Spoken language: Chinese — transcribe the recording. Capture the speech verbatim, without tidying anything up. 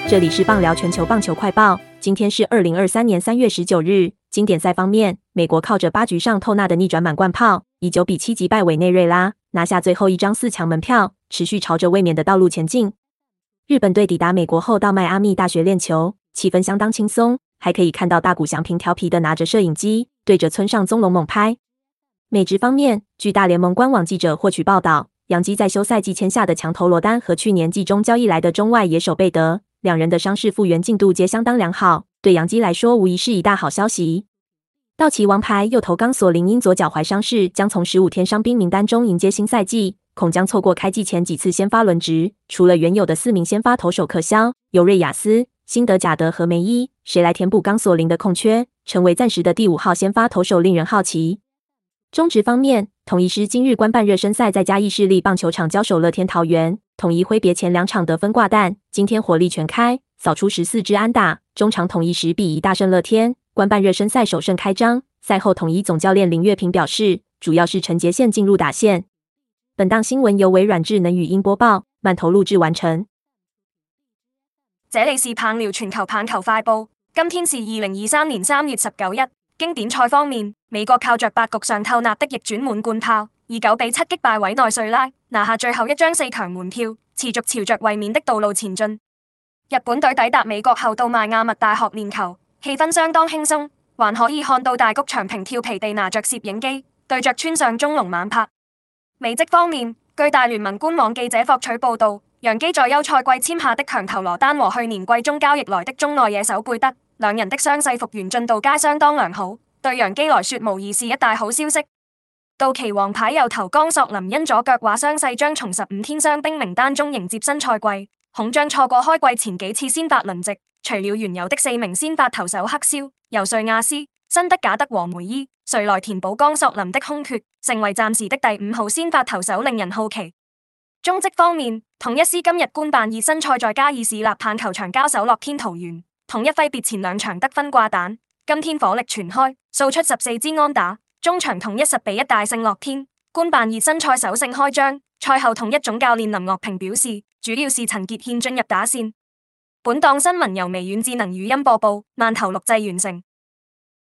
这里是棒聊全球棒球快报，今天是二零二三年三月十九日。经典赛方面，美国靠着八局上透纳的逆转满贯炮，以九比七击败委内瑞拉，拿下最后一张四强门票，持续朝着卫冕的道路前进。日本队抵达美国后到迈阿密大学练球，气氛相当轻松，还可以看到大谷翔平调皮的拿着摄影机，对着村上宗隆猛拍。美职方面，据大联盟官网记者获取报道，洋基在休赛季签下的强投罗丹和去年季中交易来的中外野手贝德，两人的伤势复原进度皆相当良好，对洋基来说无疑是一大好消息。道奇王牌右投冈索林因左脚踝伤势，将从十五天伤兵名单中迎接新赛季，恐将错过开季前几次先发轮值。除了原有的四名先发投手克肖、尤瑞亚斯、辛德贾德和梅伊，谁来填补冈索林的空缺，成为暂时的第五号先发投手，令人好奇。中职方面，统一狮今日官办热身赛在嘉义市立棒球场交手乐天桃园，统一挥别前两场得分挂蛋，今天火力全开，扫出十四支安打，中场统一十比一大胜乐天，官办热身赛首胜开张。赛后统一总教练林岳平表示，主要是陈杰宪进入打线。本档新闻由微软智能语音播报，慢投录制完成。 這裡是棒聊全球棒球快報，今天是二零二三年三月十九日。經典賽方面，美國靠着八局上透納的逆轉滿貫炮，以九比七擊敗委內瑞拉，拿下最後一張四強門票，持續朝着衛冕的道路前進。日本隊抵達美國後到邁阿密大學練球，氣氛相當輕鬆，還可以看到大谷翔平調皮地拿着攝影機，對着村上宗隆猛拍。美職方面，據大聯盟官網記者霍取報道，洋基在休賽季簽下的強投羅丹和去年季中交易來的中內野手貝德，兩人的傷勢復原進度皆相當良好，對洋基來說無疑是一大好消息。道奇王牌右投江索林因左腳踝傷勢將從十五天傷兵名單中迎接新賽季，恐將錯過開季前幾次先發輪值。除了原有的四名先發投手黑燒、尤瑞亞斯、辛德賈德和梅伊，誰來填補江索林的空缺，成為暫時的第五號先發投手，令人好奇。中職方面，統一獅今日官辦熱身賽在嘉義市立棒球場交手樂天桃猿，統一揮別前兩場得分掛蛋，今天火力全開，掃出十四支安打，中場統一十比一大勝樂天，官辦熱身賽首勝開張。賽後統一總教練林岳平表示，主要是陳傑憲進入打線。本檔新聞由微軟智能語音播報，慢投錄製完成。